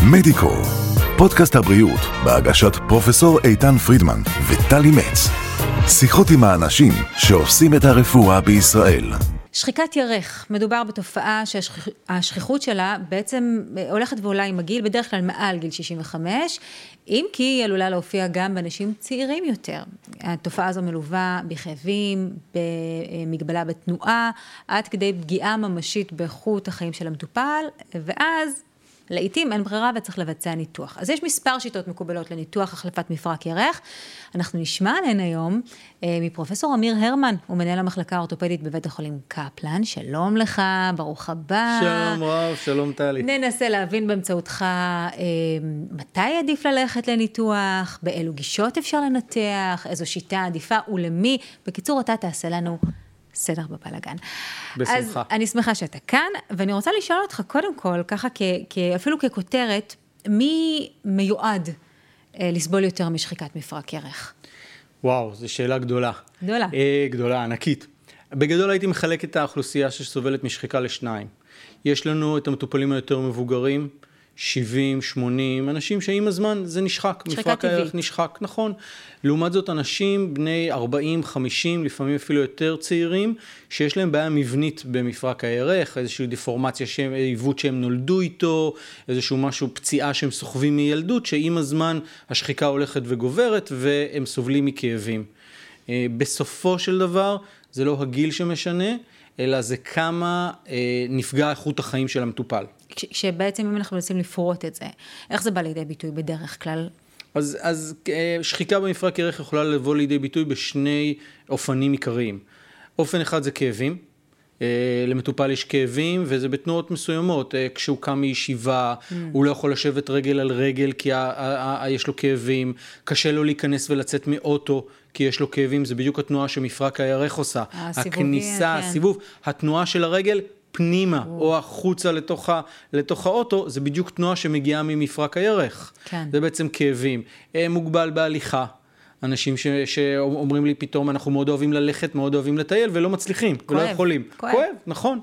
מדיקו, פודקאסט הבריאות בהגשת פרופסור איתן פרידמן וטלי מצ. שיחות עם האנשים שעושים את הרפואה בישראל. שחיקת ירך, מדובר בתופעה שהשכיחות שלה בעצם הולכת ועולה עם הגיל, בדרך כלל מעל גיל 65, אם כי היא עלולה להופיע גם באנשים צעירים יותר. התופעה הזו מלווה בכאבים, במגבלה בתנועה, עד כדי פגיעה ממשית באיכות החיים של המטופל, ואז לעתים אין ברירה וצריך לבצע ניתוח. אז יש מספר שיטות מקובלות לניתוח החלפת מפרק ירך. אנחנו נשמע עליהן היום מפרופסור אמיר הרמן, הוא מנהל המחלקה האורתופדית בבית החולים קפלן. שלום לך, ברוך הבא. שלום רב, שלום טלי. ננסה להבין באמצעותך מתי עדיף ללכת לניתוח, באילו גישות אפשר לנתח, איזו שיטה עדיפה ולמי. בקיצור, אתה תעשה לנו סדר בבלגן. בשמחה. אז אני שמחה שאתה כאן, ואני רוצה לשאול אותך קודם כל, ככה אפילו ככותרת, מי מיועד לסבול יותר משחיקת מפרק ירך? וואו, זו שאלה גדולה. גדולה. גדולה, ענקית. בגדול הייתי מחלק את האוכלוסייה שסובלת משחיקה לשניים. יש לנו את המטופלים היותר מבוגרים, 70, 80, אנשים שעם הזמן זה נשחק, מפרק הירך נשחק, נכון. לעומת זאת אנשים בני 40, 50, לפעמים אפילו יותר צעירים, שיש להם בעיה מבנית במפרק הירך, איזושהי דיפורמציה, עיוות שהם נולדו איתו, איזשהו משהו, פציעה שהם סוחבים מילדות, שעם הזמן השחיקה הולכת וגוברת והם סובלים מכאבים. בסופו של דבר זה לא הגיל שמשנה, אלא זה כמה נפגע איכות החיים של המטופל. שבעצם אם אנחנו מנסים לפרוט את זה, איך זה בא לידי ביטוי בדרך כלל? אז שחיקה במפרק ירך יכולה לבוא לידי ביטוי בשני אופנים עיקריים. אופן אחד זה כאבים. למטופל יש כאבים, וזה בתנועות מסוימות. כשהוא קם מישיבה, הוא לא יכול לשבת רגל על רגל, כי יש לו כאבים. קשה לו להיכנס ולצאת מאוטו, כי יש לו כאבים. זה בדיוק התנועה שמפרק הירך עושה. הכניסה, הסיבוב, התנועה של הרגל פנימה או החוצה לתוך האוטו, זה בדיוק תנועה שמגיעה ממפרק הירך. כן. זה בעצם כאבים. מוגבל בהליכה. אנשים שאומרים לי פתאום, אנחנו מאוד אוהבים ללכת, מאוד אוהבים לטייל, ולא מצליחים, ולא יכולים. כואב, נכון.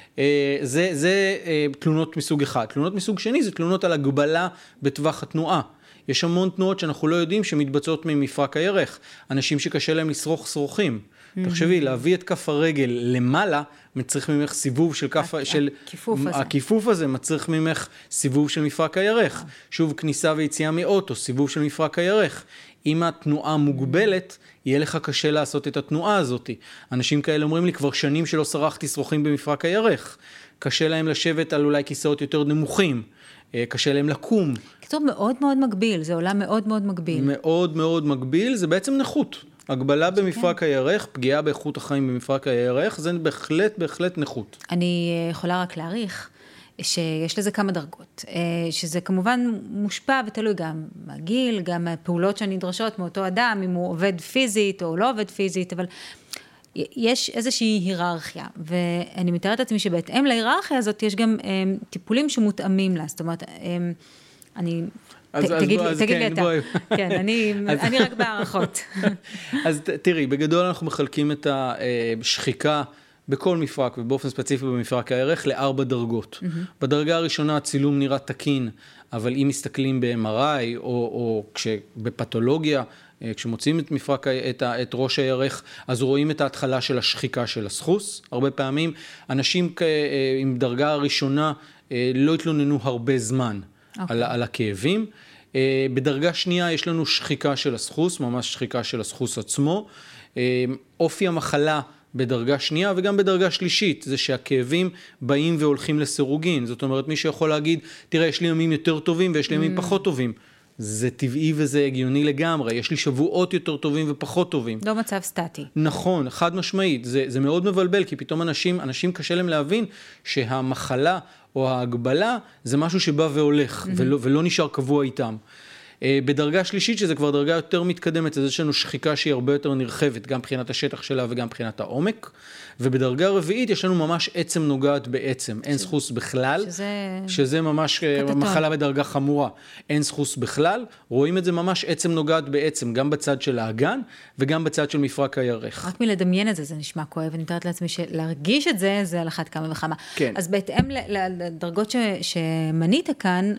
זה תלונות מסוג אחד. תלונות מסוג שני, זה תלונות על הגבלה בטווח התנועה. יש המון תנועות שאנחנו לא יודעים שמתבצעות ממפרק הירך. אנשים שקשה להם לסרוך שרוכים. תחשבי, להביא את כף הרגל למעלה, מצריך ממך סיבוב של כף, הכיפוף הזה מצריך ממך סיבוב של מפרק הירך. שוב, כניסה ויציאה מאוטו, סיבוב של מפרק הירך. אם התנועה מוגבלת, יהיה לך קשה לעשות את התנועה הזאת. אנשים כאלה אומרים לי, כבר שנים שלא שרחתי שרוכים במפרק הירך. קשה להם לשבת על אולי כיסאות יותר נמוכים. קשה להם לקום. כתוב מאוד מאוד מגביל, זה עולם מאוד מאוד מגביל. מאוד מאוד מגביל, זה בעצם נכות. הגבלה במפרק הירך, פגיעה באיכות החיים במפרק הירך, זה בהחלט נכות. אני יכולה רק להעריך שיש לזה כמה דרגות, שזה כמובן מושפע ותלוי גם מהגיל, גם מהפעולות שנדרשות מאותו אדם, אם הוא עובד פיזית או לא עובד פיזית, אבל יש איזושהי היררכיה, ואני מתארת לעצמי שבהתאם להיררכיה הזאת יש גם טיפולים שמותאמים לה, זאת אומרת, תגיד לי אתה. כן, אני רק בערכות. אז תראי, בגדול אנחנו מחלקים את השחיקה בכל מפרק, ובאופן ספציפי במפרק הירך, ל4 דרגות. בדרגה הראשונה הצילום נראה תקין, אבל אם מסתכלים ב-MRI או בפתולוגיה, כשמוצאים את ראש הירך, אז רואים את ההתחלה של השחיקה של הסחוס. הרבה פעמים אנשים עם דרגה הראשונה לא התלוננו הרבה זמן על הכאבים. בדרגה שנייה יש לנו שחיקה של הסחוס, ממש שחיקה של הסחוס עצמו. אופי המחלה בדרגה שנייה וגם בדרגה שלישית, זה שהכאבים באים והולכים לסירוגין. זאת אומרת, מי שיכול להגיד, תראה, יש לי ימים יותר טובים ויש לי ימים פחות טובים. זה טבעי וזה הגיוני לגמרי. יש לי שבועות יותר טובים ופחות טובים. לא מצב סטטי. נכון, חד משמעית. זה מאוד מבלבל, כי פתאום אנשים קשה להם להבין שהמחלה או ההגבלה זה משהו שבא והולך, ולא נשאר קבוע איתם. בדרגה שלישית, שזה כבר דרגה יותר מתקדמת, אז יש לנו שחיקה שהיא הרבה יותר נרחבת, גם מבחינת השטח שלה וגם מבחינת העומק. ובדרגה רביעית יש לנו ממש עצם נוגעת בעצם, אין סחוס בכלל, שזה ממש מחלה בדרגה חמורה, אין סחוס בכלל, רואים את זה ממש עצם נוגעת בעצם, גם בצד של האגן וגם בצד של מפרק הירך. רק מלדמיין את זה, זה נשמע כואב, אני מתארת לעצמי שלהרגיש את זה, זה על אחת כמה וכמה. כן. אז בהתאם לדרגות שמנית כאן,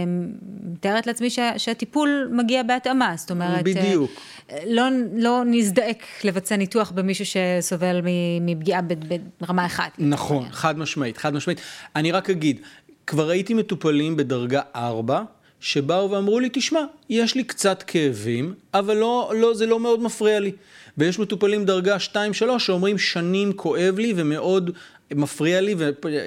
מתארת לעצמי שהטיפול מגיע בהתאמה, זאת אומרת, בדיוק. לא נזדעק לבצע ניתוח במישהו שסובל מפגיעה ברמה אחת. נכון, חד משמעית, חד משמעית. אני רק אגיד, כבר הייתי מטופלים בדרגה 4, שבאו ואמרו לי, תשמע, יש לי קצת כאבים, אבל זה לא מאוד מפריע לי. ויש מטופלים דרגה 2-3 שאומרים, שנים כואב לי ומאוד מפריע לי,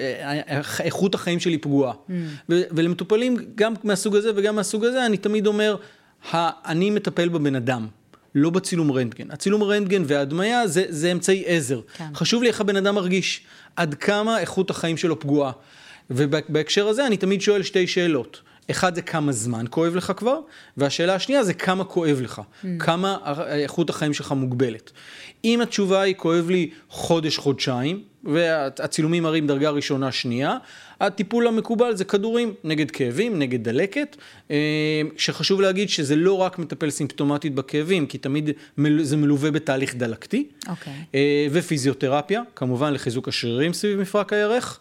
ואיכות החיים שלי פגועה. ולמטופלים גם מהסוג הזה וגם מהסוג הזה, אני תמיד אומר, אני מטפל בבן אדם. לא בצילום רנטגן. הצילום רנטגן וההדמיה זה אמצעי עזר. כן. חשוב לי איך הבן אדם מרגיש, עד כמה איכות החיים שלו פגועה. ובהקשר הזה אני תמיד שואל שתי שאלות. אחד זה כמה זמן כואב לך כבר, והשאלה השנייה זה כמה כואב לך, כמה איכות החיים שלך מוגבלת. אם התשובה היא כואב לי חודש-חודשיים, והצילומים מראים דרגה ראשונה שנייה, הטיפול המקובל זה כדורים נגד כאבים, נגד דלקת, שחשוב להגיד שזה לא רק מטפל סימפטומטית בכאבים, כי תמיד זה מלווה בתהליך דלקתי, ופיזיותרפיה, כמובן לחיזוק השרירים סביב מפרק הירך.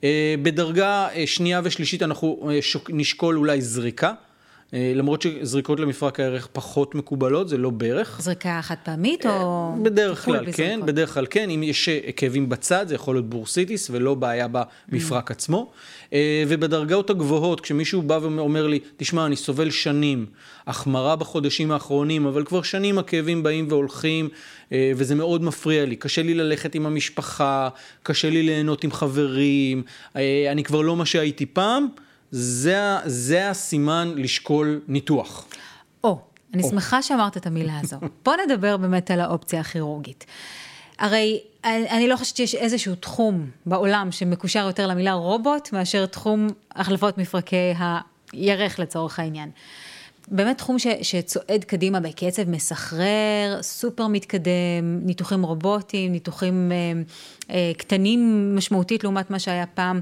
בדרגה שנייה ושלישית אנחנו נשקול אולי זריקה, למרות שזריקות למפרק הירך פחות מקובלות, זה לא ברך. זריקה חד פעמית או... בדרך כלל, כן, בדרך כלל כן. אם יש כאבים בצד, זה יכול להיות בורסיטיס ולא בעיה במפרק עצמו. ובדרגות הגבוהות, כשמישהו בא ואומר לי, תשמע, אני סובל שנים, החמרה בחודשים האחרונים, אבל כבר שנים הכאבים באים והולכים, וזה מאוד מפריע לי. קשה לי ללכת עם המשפחה, קשה לי ליהנות עם חברים, אני כבר לא מה שהייתי פעם, זה הסימן לשקול ניתוח. אני שמחה שאמרת את המילה הזו. בוא נדבר באמת על האופציה הכירורגית. הרי אני לא חושבת שיש איזשהו תחום בעולם שמקושר יותר למילה רובוט, מאשר תחום החלפות מפרקי הירך לצורך העניין. באמת תחום שצועד קדימה בקצב, מסחרר, סופר מתקדם, ניתוחים רובוטיים, ניתוחים קטנים משמעותית לעומת מה שהיה פעם.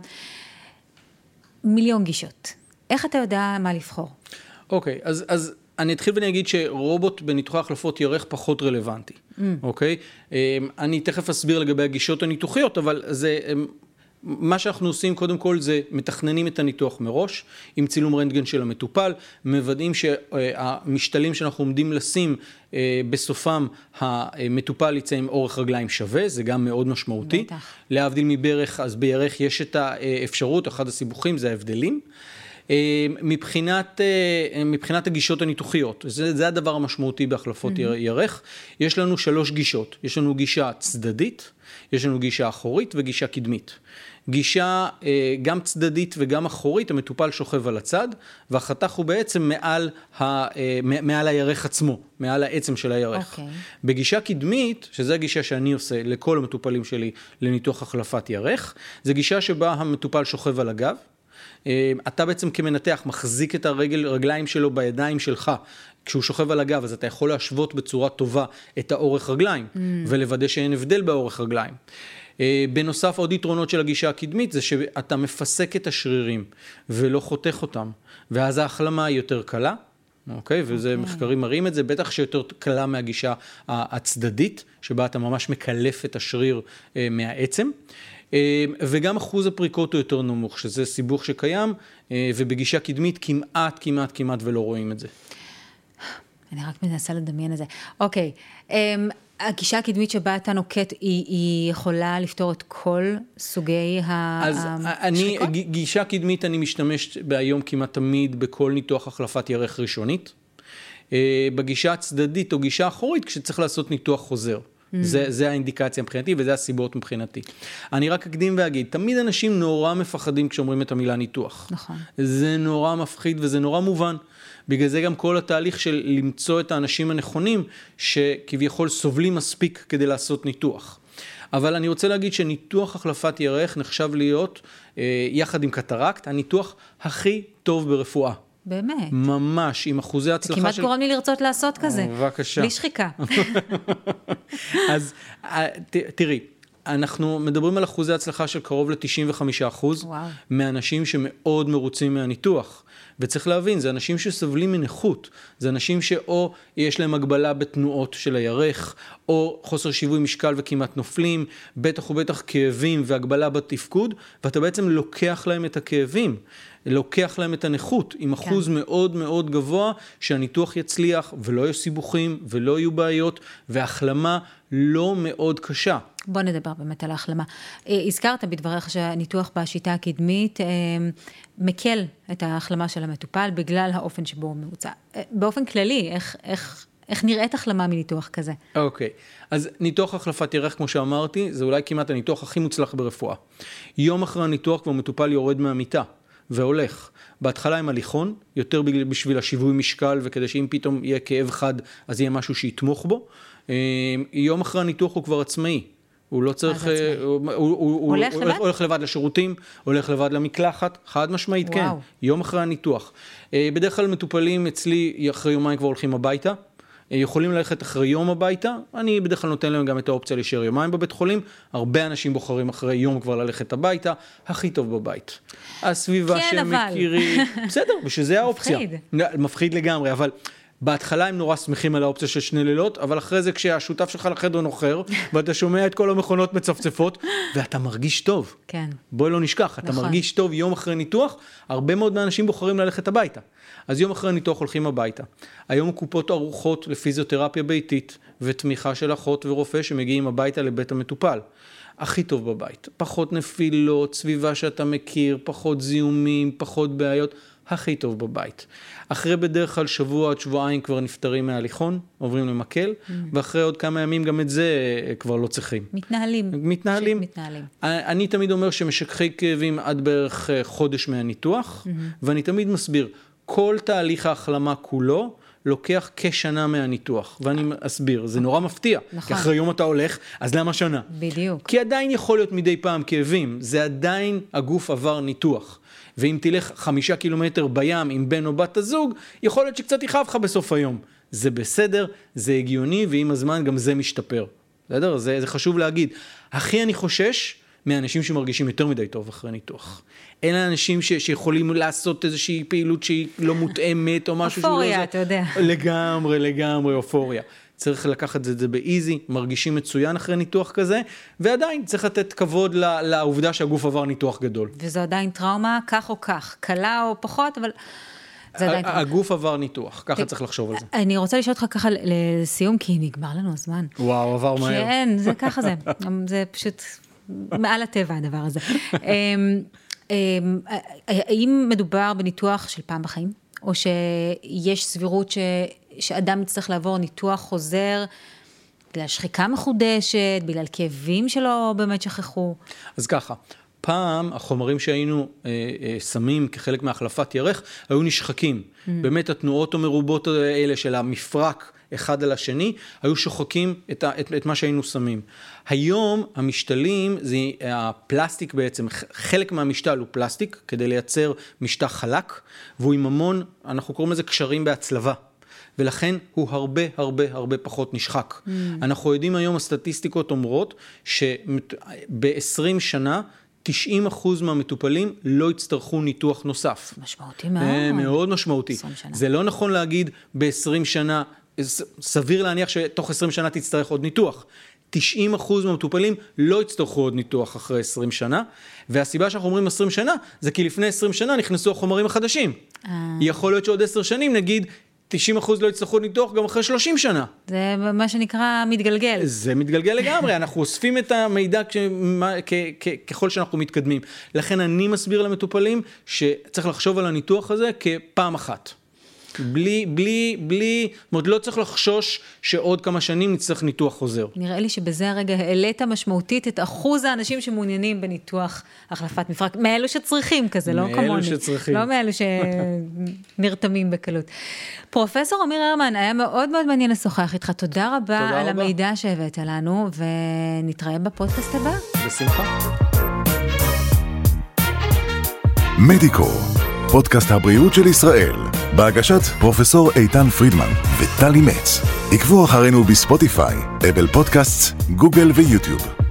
מיליון גישות. איך אתה יודע מה לבחור? אוקיי, אז אני אתחיל ואני אגיד שרובוט בניתוחי החלפות ירך פחות רלוונטי. אוקיי? אני תכף אסביר לגבי הגישות הניתוחיות, אבל זה... מה שאנחנו עושים קודם כל זה מתכננים את הניתוח מראש, עם צילום רנטגן של המטופל, מוודאים שהמשתלים שאנחנו עומדים לשים בסופם המטופל יצא עם אורך רגליים שווה, זה גם מאוד משמעותי. בטח. להבדיל מברך, אז בירך יש את האפשרות, אחד הסיבוכים זה ההבדלים. מבחינת הגישות הניתוחיות, זה הדבר המשמעותי בהחלפות ירך, יש לנו 3 גישות, יש לנו גישה צדדית, יש לנו גישה אחורית וגישה קדמית. גישה גם צדדית וגם אחורית, המטופל שוכב על הצד, והחתך הוא בעצם מעל הירך עצמו, מעל העצם של הירך. בגישה קדמית, שזו הגישה שאני עושה לכל המטופלים שלי לניתוח החלפת ירך, זו גישה שבה המטופל שוכב על הגב, אתה בעצם כמנתח מחזיק את הרגליים שלו בידיים שלך, כשהוא שוכב על הגב, אז אתה יכול להשוות בצורה טובה את האורך רגליים, ולוודא שאין הבדל באורך רגליים. בנוסף, עוד יתרונות של הגישה הקדמית, זה שאתה מפסק את השרירים, ולא חותך אותם, ואז ההחלמה היא יותר קלה, אוקיי? וזה מחקרים מראים את זה, בטח שיותר קלה מהגישה הצדדית, שבה אתה ממש מקלף את השריר מהעצם, וגם אחוז הפריקות הוא יותר נמוך, שזה סיבוך שקיים, ובגישה קדמית כמעט ולא רואים את זה. אני רק מנסה לדמיין את זה. אוקיי, הגישה הקדמית שבה אתה נוקט, היא יכולה לפתור את כל סוגי השחיקות? גישה קדמית אני משתמש בהיום כמעט תמיד בכל ניתוח החלפת ירך ראשונית. בגישה הצדדית או גישה אחורית, כשצריך לעשות ניתוח חוזר. זה האינדיקציה מבחינתי, וזה הסיבות מבחינתי. אני רק אקדים ואגיד, תמיד אנשים נורא מפחדים כשאומרים את המילה ניתוח. נכון. זה נורא מפחיד וזה נורא מובן. בגלל זה גם כל התהליך של למצוא את האנשים הנכונים, שכביכול סובלים מספיק כדי לעשות ניתוח. אבל אני רוצה להגיד שניתוח החלפת ירך נחשב להיות, יחד עם קטרקט, הניתוח הכי טוב ברפואה. באמת. ממש, עם אחוזי הצלחה כמעט גורם לי לרצות לעשות כזה. בבקשה. בלי שחיקה. אז תראי, אנחנו מדברים על אחוזי הצלחה של קרוב ל-95% מאנשים שמאוד מרוצים מהניתוח. וצריך להבין, זה אנשים שסבלים מנכות, זה אנשים שאו יש להם הגבלה בתנועות של הירך, או חוסר שיווי משקל וכמעט נופלים, בטח ובטח כאבים והגבלה בתפקוד, ואתה בעצם לוקח להם את הכאבים, לוקח להם את הנכות, עם אחוז מאוד מאוד גבוה, שהניתוח יצליח ולא יהיו סיבוכים ולא יהיו בעיות, והחלמה לא מאוד קשה. בוא נדבר באמת על ההחלמה. הזכרת בדבריך שהניתוח בשיטה הקדמית מקל את ההחלמה של המטופל בגלל האופן שבו הוא מבוצע. באופן כללי, איך נראית החלמה מניתוח כזה? אוקיי, אז ניתוח החלפת ירך, כמו שאמרתי, זה אולי כמעט הניתוח הכי מוצלח ברפואה. יום אחרי הניתוח כבר מטופל יורד מהמיטה והולך. בהתחלה עם הליכון, יותר בשביל השיווי משקל, וכדי שאם פתאום יהיה כאב חד, אז יהיה משהו שיתמוך בו. יום אחרי הניתוח הוא כבר עצמאי. הוא לא צריך, הוא הולך לבד לשירותים, הולך לבד למקלחת, חד משמעית, כן, יום אחרי הניתוח. בדרך כלל מטופלים אצלי אחרי יומיים כבר הולכים הביתה, יכולים ללכת אחרי יום הביתה, אני בדרך כלל נותן להם גם את האופציה להישאר יומיים בבית חולים, הרבה אנשים בוחרים אחרי יום כבר ללכת הביתה, הכי טוב בבית. הסביבה שהם מכירים, בסדר, ושזה האופציה. מפחיד לגמרי, אבל בהתחלה הם נורא שמחים על האופציה של 2 לילות, אבל אחרי זה כשהשותף שלך לחדר נוחר, ואתה שומע את כל המכונות מצפצפות, ואתה מרגיש טוב. כן. בואי לא נשכח, אתה מרגיש טוב יום אחרי ניתוח, הרבה מאוד מהאנשים בוחרים ללכת הביתה. אז יום אחרי ניתוח הולכים הביתה. היום קופות ערוכות לפיזיותרפיה ביתית, ותמיכה של אחות ורופא שמגיעים הביתה לבית המטופל. הכי טוב בבית. פחות נפילות, סביבה שאתה מכיר, פחות זיהומים, פחות בעיות. הכי טוב בבית. אחרי בדרך כלל שבוע עד שבועיים כבר נפטרים מההליכון, עוברים למקל, ואחרי עוד כמה ימים גם את זה כבר לא צריכים. מתנהלים. אני תמיד אומר שמשככי כאבים עד בערך חודש מהניתוח, ואני תמיד מסביר, כל תהליך ההחלמה כולו, לוקח כשנה מהניתוח, ואני אסביר, זה נורא מפתיע, כי אחרי יום אתה הולך, אז למה שנה? בדיוק. כי עדיין יכול להיות מדי פעם כאבים, זה עדיין הגוף עבר ניתוח. ואם תלך 5 קילומטר בים עם בן או בת הזוג, יכול להיות שקצת יכאב לך בסוף היום. זה בסדר, זה הגיוני, ועם הזמן גם זה משתפר. בסדר? זה חשוב להגיד. הכי אני חושש מאנשים שמרגישים יותר מדי טוב אחרי ניתוח. אלה אנשים שיכולים לעשות איזושהי פעילות שהיא לא מותאמת, או משהו אופוריה, אתה יודע. לגמרי, אופוריה. צריך לקחת את זה באיזי, מרגישים מצוין אחרי ניתוח כזה, ועדיין צריך לתת כבוד לעובדה שהגוף עבר ניתוח גדול. וזו עדיין טראומה, כך או כך, קלה או פחות, אבל זה עדיין טראומה. הגוף עבר ניתוח, ככה צריך לחשוב על זה. אני רוצה לשאול אותך ככה לסיום, כי נגמר לנו הזמן. וואו, עבר מהר. כן, זה ככה זה. זה פשוט מעל הטבע הדבר הזה. האם מדובר בניתוח של פעם בחיים? או שיש סבירות שאדם יצטרך לעבור ניתוח חוזר בגלל שחיקה מחודשת, בגלל כאבים שלו באמת שכחו? אז ככה, פעם החומרים שהיינו שמים כחלק מהחלפת ירך היו נשחקים. באמת התנועות המרובות האלה של המפרק אחד על השני, היו שוחקים את מה שהיינו שמים. היום המשתלים, זה הפלסטיק בעצם, חלק מהמשתל הוא פלסטיק, כדי לייצר משטח חלק, והוא עם המון, אנחנו קוראים לזה קשרים בהצלבה. ולכן הוא הרבה פחות נשחק. אנחנו יודעים היום, הסטטיסטיקות אומרות, שב-20 שנה, 90% מהמטופלים לא יצטרכו ניתוח נוסף. משמעותי מאוד. מאוד משמעותי. זה לא נכון להגיד ב-20 שנה, סביר להניח שתוך 20 שנה תצטרך עוד ניתוח. 90% מהמטופלים לא יצטרכו עוד ניתוח אחרי 20 שנה, והסיבה שאנחנו אומרים 20 שנה, זה כי לפני 20 שנה נכנסו החומרים החדשים. יכול להיות שעוד 10 שנים, נגיד, 90% לא יצטרכו ניתוח גם אחרי 30 שנה. זה מה שנקרא מתגלגל. זה מתגלגל לגמרי, אנחנו אוספים את המידע ככל שאנחנו מתקדמים. לכן אני מסביר למטופלים שצריך לחשוב על הניתוח הזה כפעם אחת. בלי, זאת אומרת, לא צריך לחשוש שעוד כמה שנים נצטרך ניתוח חוזר. נראה לי שבזה הרגע העלית משמעותית את אחוז האנשים שמעוניינים בניתוח החלפת מפרק, מאלו שצריכים כזה, לא כמוני. מאלו שצריכים. לא מאלו שנרתמים בקלות. פרופסור אמיר הרמן, היה מאוד מאוד מעניין לשוחח איתך, תודה רבה על המידע שהבאת לנו, ונתראה בפודקאסט הבא. בשמחה. מדיקו פודקאסט הבריאות של ישראל, בהגשת פרופסור איתן פרידמן וטלי מצ. עקבו אחרינו בספוטיפיי, אפל פודקאסט, גוגל ויוטיוב.